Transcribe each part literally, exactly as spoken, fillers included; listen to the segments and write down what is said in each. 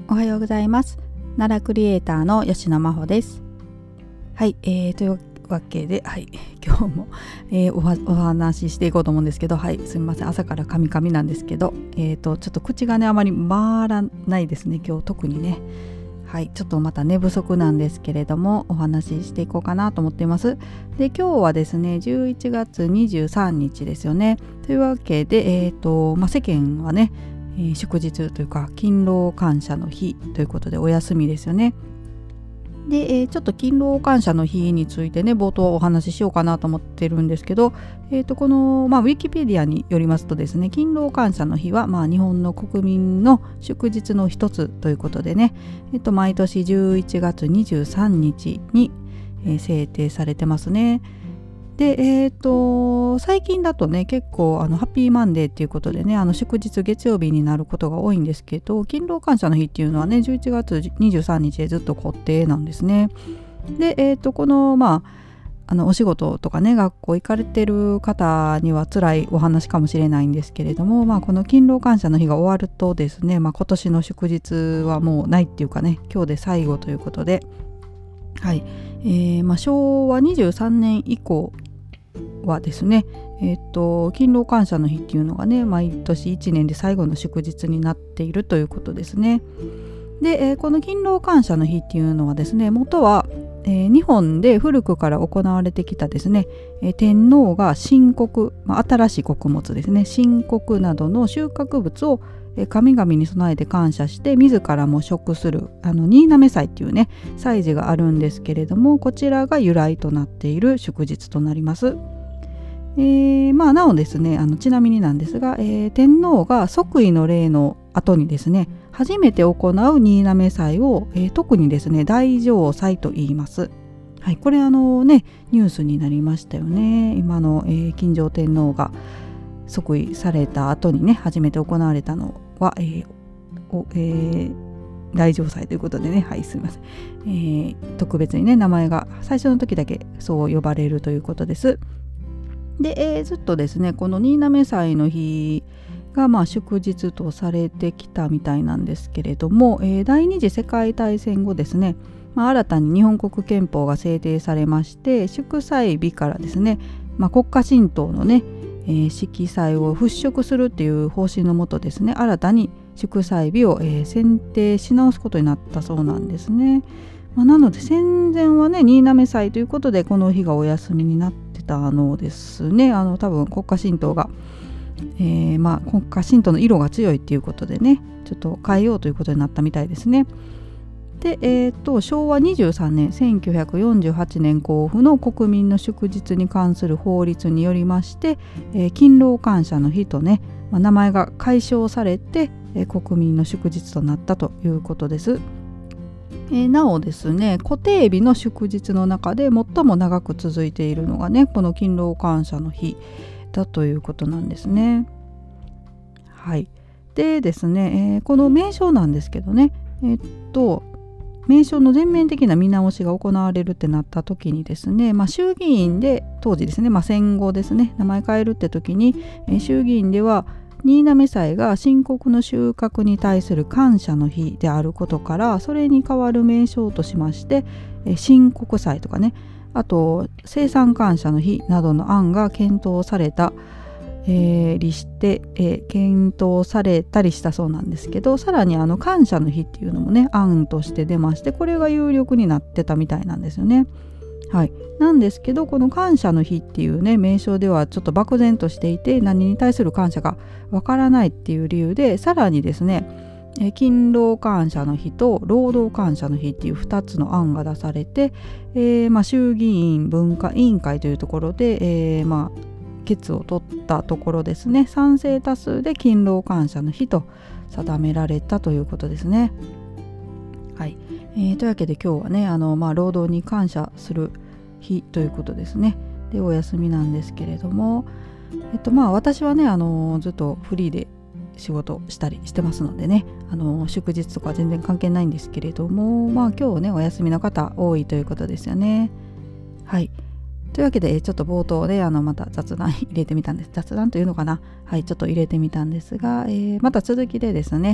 おはようございます。奈良クリエイターの吉野真帆です。はい、えー、というわけで、はい、今日も、えー、お, はお話ししていこうと思うんですけど、はい、すみません、朝からカミカミなんですけど、えーと、ちょっと口がねあまり回らないですね、今日特にね。はい、ちょっとまた寝不足なんですけれども、お話ししていこうかなと思っています。で、今日はですね、じゅういちがつにじゅうさんにちですよね。というわけで、えーとまあ、世間はね、えー、祝日というか勤労感謝の日ということでお休みですよね。で、えー、ちょっと勤労感謝の日についてね冒頭お話ししようかなと思ってるんですけど、えー、とこの、まあ、ウィキペディアによりますとですね、勤労感謝の日は、まあ、日本の国民の祝日の一つということでね、えー、と毎年じゅういちがつにじゅうさんにちに、えー、制定されてますね。で、えーと、最近だとね結構あのハッピーマンデーっていうことでね、あの祝日月曜日になることが多いんですけど、勤労感謝の日っていうのはねじゅういちがつにじゅうさんにちでずっと固定なんですね。で、えーと、このまああのお仕事とかね学校行かれてる方には辛いお話かもしれないんですけれども、まあ、この勤労感謝の日が終わるとですね、まあ、今年の祝日はもうないっていうかね、今日で最後ということで、はい、えーまあ、しょうわにじゅうさんねん以降はですね、えー、と勤労感謝の日っていうのがね毎年いちねんで最後の祝日になっているということですね。で、えー、この勤労感謝の日っていうのはですね、元は、えー、日本で古くから行われてきたですね、えー、天皇が新穀、まあ、新しい穀物ですね、新穀などの収穫物を神々に備えて感謝して自らも食するあの新嘗祭っていうね祭事があるんですけれども、こちらが由来となっている祝日となります。えー、まあなおですね、あのちなみになんですが、えー、天皇が即位の礼の後にですね初めて行う新嘗祭を、えー、特にですね大嘗祭と言います。はい、これあのねニュースになりましたよね。今の、えー、金城天皇が即位された後にね初めて行われたのは、えーおえー、大嘗祭ということでね、はいすみません、えー、特別にね名前が最初の時だけそう呼ばれるということです。で、えー、ずっとですねこの新嘗祭の日がまあ祝日とされてきたみたいなんですけれども、えー、第二次世界大戦後ですね、まあ、新たに日本国憲法が制定されまして、祝祭日からですね、まあ、国家神道のね、えー、色彩を払拭するっていう方針のもとですね、新たに祝祭日を、えー、選定し直すことになったそうなんですね。まあ、なので戦前はね新嘗祭ということでこの日がお休みになってたのですね。あの多分国家神道が、えー、まあ国家神道の色が強いっていうことでねちょっと変えようということになったみたいですね。で、えー、としょうわにじゅうさんねんせんきゅうひゃくよんじゅうはちねん公布の国民の祝日に関する法律によりまして、えー、勤労感謝の日とね、まあ、名前が改称されて、えー、国民の祝日となったということです。えー、なおですね、固定日の祝日の中で最も長く続いているのがねこの勤労感謝の日だということなんですね。はい。でですね、えー、この名称なんですけどね、えー、っと名称の全面的な見直しが行われるってなった時にですね、まあ、衆議院で当時ですね、まあ、戦後ですね名前変えるって時に、えー、衆議院では新嘗祭が新穀の収穫に対する感謝の日であることから、それに代わる名称としまして、えー、新穀祭とかね、あと生産感謝の日などの案が検討されたえー、りして、えー、検討されたりしたそうなんですけど、さらにあの感謝の日っていうのもね案として出まして、これが有力になってたみたいなんですよね。はい、なんですけどこの感謝の日っていうね名称ではちょっと漠然としていて、何に対する感謝かわからないっていう理由で、さらにですねえ勤労感謝の日と労働感謝の日っていうふたつの案が出されて、えーまあ、衆議院文化委員会というところで、えーまあ決を取ったところですね、賛成多数で勤労感謝の日と定められたということですね。はい、えー、というわけで今日はねあの、まあ、労働に感謝する日ということですね。でお休みなんですけれども、えっとまあ私はねあのずっとフリーで仕事したりしてますのでね、あの祝日とか全然関係ないんですけれども、まあ今日ねお休みの方多いということですよね。はい。というわけでちょっと冒頭であのまた雑談入れてみたんです。雑談というのかな、はい、ちょっと入れてみたんですが、えー、また続きでですね、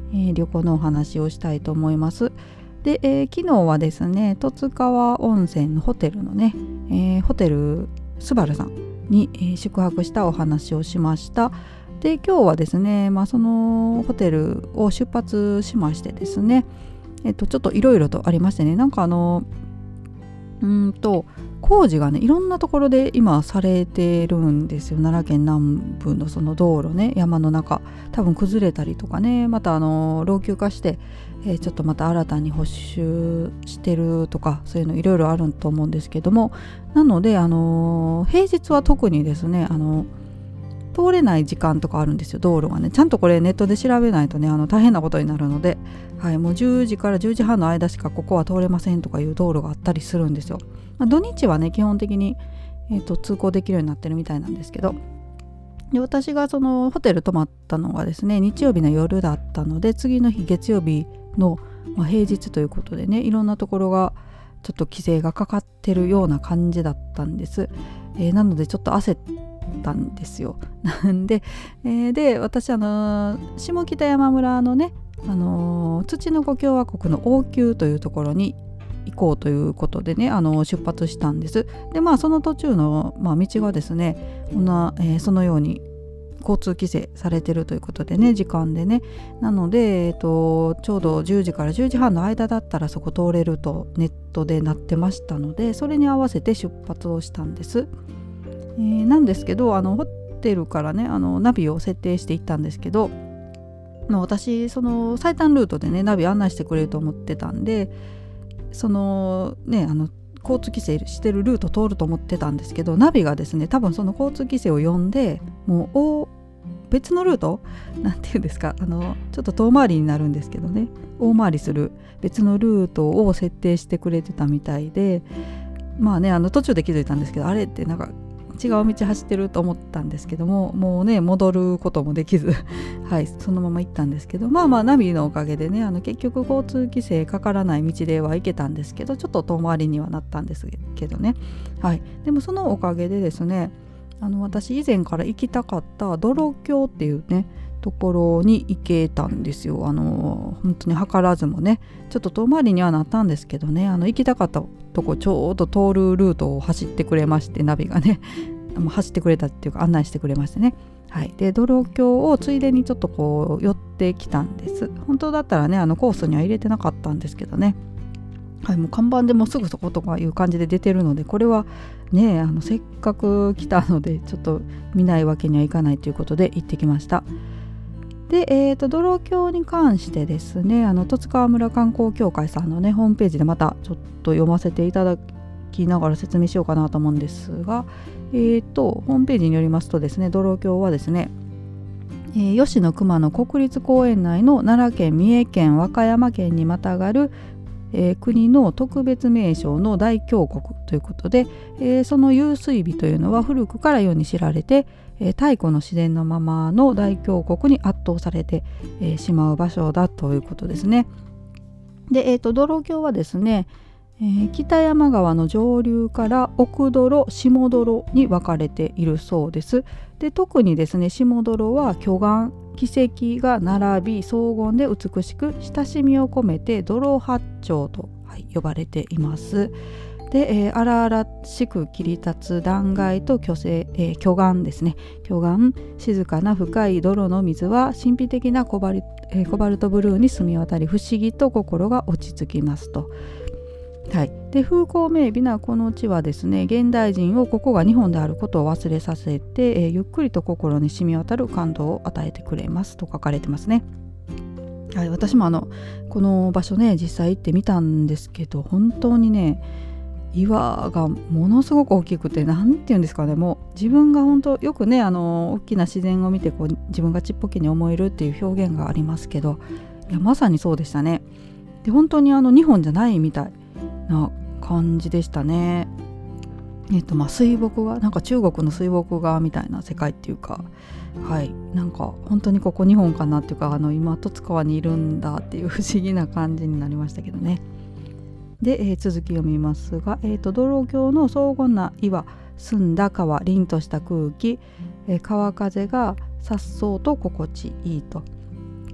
えー、旅行のお話をしたいと思います。で、えー、昨日はですね十津川温泉のホテルのね、えー、ホテルスバルさんに、えー、宿泊したお話をしました。で今日はですね、まあ、そのホテルを出発しましてですね、えっと、ちょっといろいろとありましてね、なんかあのうんと工事がねいろんなところで今されてるんですよ。奈良県南部のその道路ね、山の中多分崩れたりとかね、またあの老朽化して、えー、ちょっとまた新たに補修してるとか、そういうのいろいろあると思うんですけども、なのであのー、平日は特にですね、あの通れない時間とかあるんですよ、道路がね。ちゃんとこれネットで調べないとね、あの大変なことになるので、はい、もうじゅうじからじゅうじはんの間しかここは通れませんとかいう道路があったりするんですよ。まあ、土日はね基本的に、えーと、通行できるようになってるみたいなんですけど、で私がそのホテル泊まったのがですね日曜日の夜だったので、次の日月曜日の、まあ、平日ということでね、いろんなところがちょっと規制がかかってるような感じだったんです。えー、なのでちょっと焦ったんですよ。なんで、えー、で私あのー、下北山村のね、あのー、土の子共和国の王宮というところに行こうということでね、あのー、出発したんです。でまあその途中の、まあ、道がですねこんな、えー、そのように交通規制されてるということでね、時間でね、なので、えーと、ちょうどじゅうじからじゅうじはんの間だったらそこ通れるとネットでなってましたので、それに合わせて出発をしたんです。えー、なんですけど、あのホテルからねあのナビを設定していったんですけど、私その最短ルートでねナビ案内してくれると思ってたんで、そのねあの交通規制してるルート通ると思ってたんですけど、ナビがですね多分その交通規制を読んでもうお別のルートなんていうんですか、あのちょっと遠回りになるんですけどね、大回りする別のルートを設定してくれてたみたいで、まあねあの途中で気づいたんですけど、あれってなんか違う道走ってると思ったんですけども、もうね戻ることもできずはいそのまま行ったんですけど、まあまあナビのおかげでねあの結局交通規制かからない道では行けたんですけど、ちょっと遠回りにはなったんですけどね。はい、でもそのおかげでですね、あの私以前から行きたかった泥橋っていうねところに行けたんですよ。あの本当に図らずもね、ちょっと遠回りにはなったんですけどね、あの行きたかったとこちょうど通るルートを走ってくれまして、ナビがね走ってくれたっていうか案内してくれましてね。はい、で泥橋をついでにちょっとこう寄ってきたんです。本当だったらねあのコースには入れてなかったんですけどね、はい、もう看板でもうすぐそことかいう感じで出てるので、これはねあのせっかく来たのでちょっと見ないわけにはいかないということで行ってきました。で、えーと、泥橋に関してですね、あの十津川村観光協会さんのねホームページでまたちょっと読ませていただきながら説明しようかなと思うんですが、えーとホームページによりますとですね、泥橋はですね、えー、吉野熊野国立公園内の奈良県、三重県、和歌山県にまたがるえー、国の特別名勝の大峡谷ということで、えー、その湧水美というのは古くから世に知られて、えー、太古の自然のままの大峡谷に圧倒されて、えー、しまう場所だということですね。で、えーと、泥橋はですね、えー、北山川の上流から奥泥、下泥に分かれているそうです。で、特にですね下泥は巨岩奇跡が並び荘厳で美しく、親しみを込めて泥八丁と、はい、呼ばれています。で、えー、荒々しく切り立つ断崖と巨石、えー、巨岩ですね。巨岩、静かな深い泥の水は神秘的なコバル、えー、コバルトブルーに澄み渡り、不思議と心が落ち着きますと。はい、で風光明媚なこの地はですね、現代人をここが日本であることを忘れさせて、えー、ゆっくりと心に染み渡る感動を与えてくれますと書かれてますね。はい、私もあのこの場所ね実際行ってみたんですけど、本当にね岩がものすごく大きくて、なんていうんですかね、もう自分が本当よくねあの大きな自然を見てこう自分がちっぽけに思えるっていう表現がありますけど、いやまさにそうでしたね。で本当にあの日本じゃないみたいな感じでしたね。えっとまあ水墨画、なんか中国の水墨画みたいな世界っていうか、はい、なんか本当にここ日本かなっていうか、あの今十津川にいるんだっていう不思議な感じになりましたけどね。で、えー、続き読みますが、えーと泥橋の荘厳な岩、澄んだ川、凛とした空気、えー、川風がさっそうと心地いいと。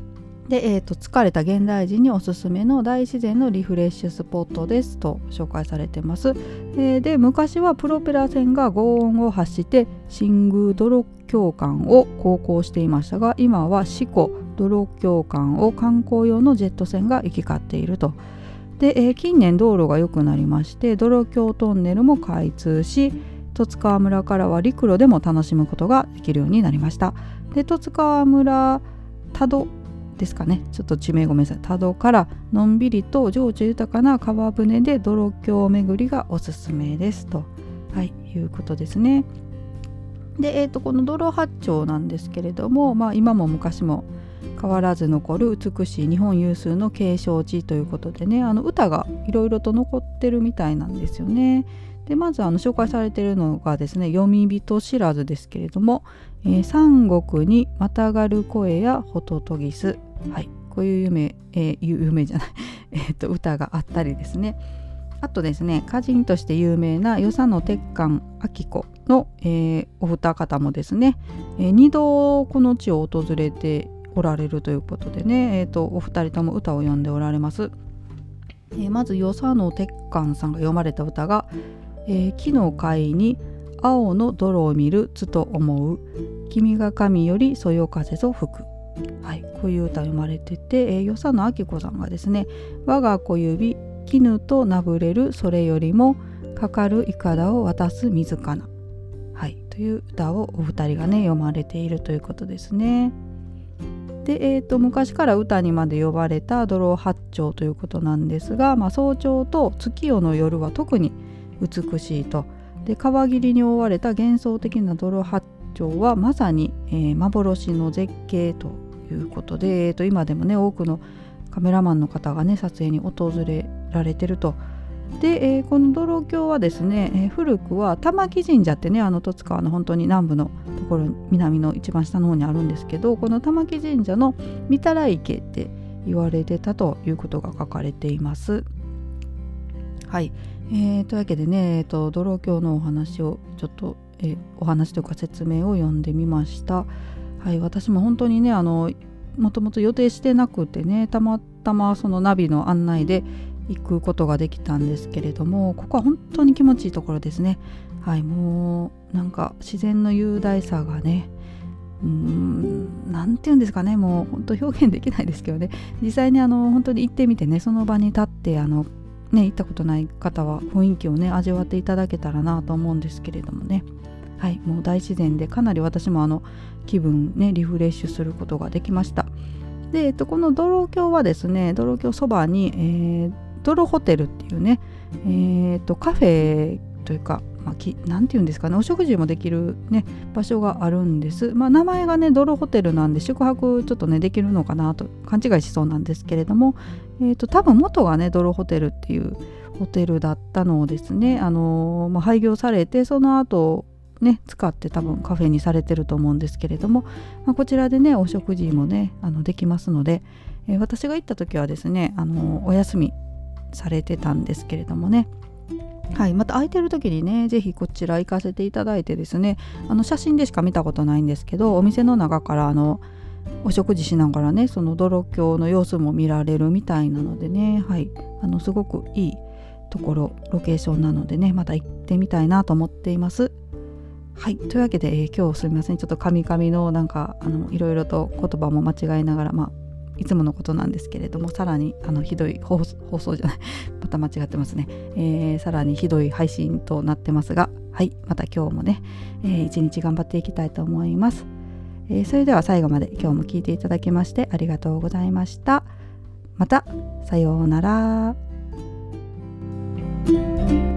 で、えー、と疲れた現代人におすすめの大自然のリフレッシュスポットですと紹介されてます。えー、で昔はプロペラ船が轟音を発して新宮泥教館を航行していましたが、今は四股泥教館を観光用のジェット船が行き交っていると。で、えー、近年道路が良くなりまして泥橋トンネルも開通し、十津川村からは陸路でも楽しむことができるようになりました。で十津川村多度ですかね、ちょっと地名ごめんなさい、多度からのんびりと情緒豊かな川舟で泥橋巡りがおすすめですと、はい、いうことですね。で、えー、とこの泥八丁なんですけれども、まあ、今も昔も変わらず残る美しい日本有数の景勝地ということでね、あの歌がいろいろと残ってるみたいなんですよね。でまずあの紹介されているのがですね、読み人知らずですけれども、えー、三国にまたがる声やホトトギス、はい、こういう有名、えー、有名じゃないえーと歌があったりですね。あとですね、歌人として有名な与謝野鉄幹明子の、えー、お二方もですね、えー、二度この地を訪れておられるということでね、えーとお二人とも歌を詠んでおられます。えー、まず与謝野鉄幹さんが読まれた歌が、えー、木の貝に青の泥を見るつと思う君が神よりそよ風ぞ吹く、はい、こういう歌読まれてて、えー、与謝野明子さんがですね、我が小指絹となぶれるそれよりもかかるいかだを渡す水かな、はい、という歌をお二人がね読まれているということですね。で、えー、と昔から歌にまで呼ばれた泥八丁ということなんですが、まあ、早朝と月夜の夜は特に美しいと。で川霧に覆われた幻想的な泥八丁はまさに、えー、幻の絶景ということで、えー、と今でもね多くのカメラマンの方がね撮影に訪れられてると。で、えー、この泥橋はですね、えー、古くは玉木神社ってね、あの十津川の本当に南部のところ、南の一番下の方にあるんですけど、この玉木神社の御手洗池って言われてたということが書かれています。はい、えー、というわけでね、えー、と泥橋のお話をちょっと、えー、お話というか説明を読んでみました。はい、私も本当にね、あのもともと予定してなくてね、たまたまそのナビの案内で行くことができたんですけれども、ここは本当に気持ちいいところですね。はい、もうなんか自然の雄大さがね、うーん、なんていうんですかね、もう本当表現できないですけどね、実際にあの本当に行ってみてね、その場に立ってあのね、行ったことない方は雰囲気をね味わっていただけたらなと思うんですけれどもね。はい、もう大自然でかなり私もあの気分ねリフレッシュすることができました。で、えっと、この泥橋はですね、泥橋そばに、えー、泥ホテルっていうね、えー、とカフェというか、まあ、きなんていうんですかね、お食事もできる、ね、場所があるんです。まあ、名前がね泥ホテルなんで宿泊ちょっとねできるのかなと勘違いしそうなんですけれども、えー、と多分元がね泥ホテルっていうホテルだったのをですね、あのーまあ、廃業されて、その後ね使って多分カフェにされてると思うんですけれども、まあ、こちらでねお食事もねあのできますので、えー、私が行った時はですね、あのーお休みされてたんですけれどもね、はい、また空いてる時にねぜひこちら行かせていただいてですね、あの写真でしか見たことないんですけど、お店の中からあのお食事しながらねその泥橋の様子も見られるみたいなのでね、はい、あのすごくいいところロケーションなのでね、また行ってみたいなと思っています。はい、というわけで、えー、今日すみません、ちょっとカミカミのなんかあのいろいろと言葉も間違いながら、まあいつものことなんですけれども、さらにあのひどい放送、放送じゃないまた間違ってますね、えー、さらにひどい配信となってますが、はい、また今日もね、えー、一日頑張っていきたいと思います。えー、それでは最後まで今日も聞いていただきましてありがとうございました。またさようなら。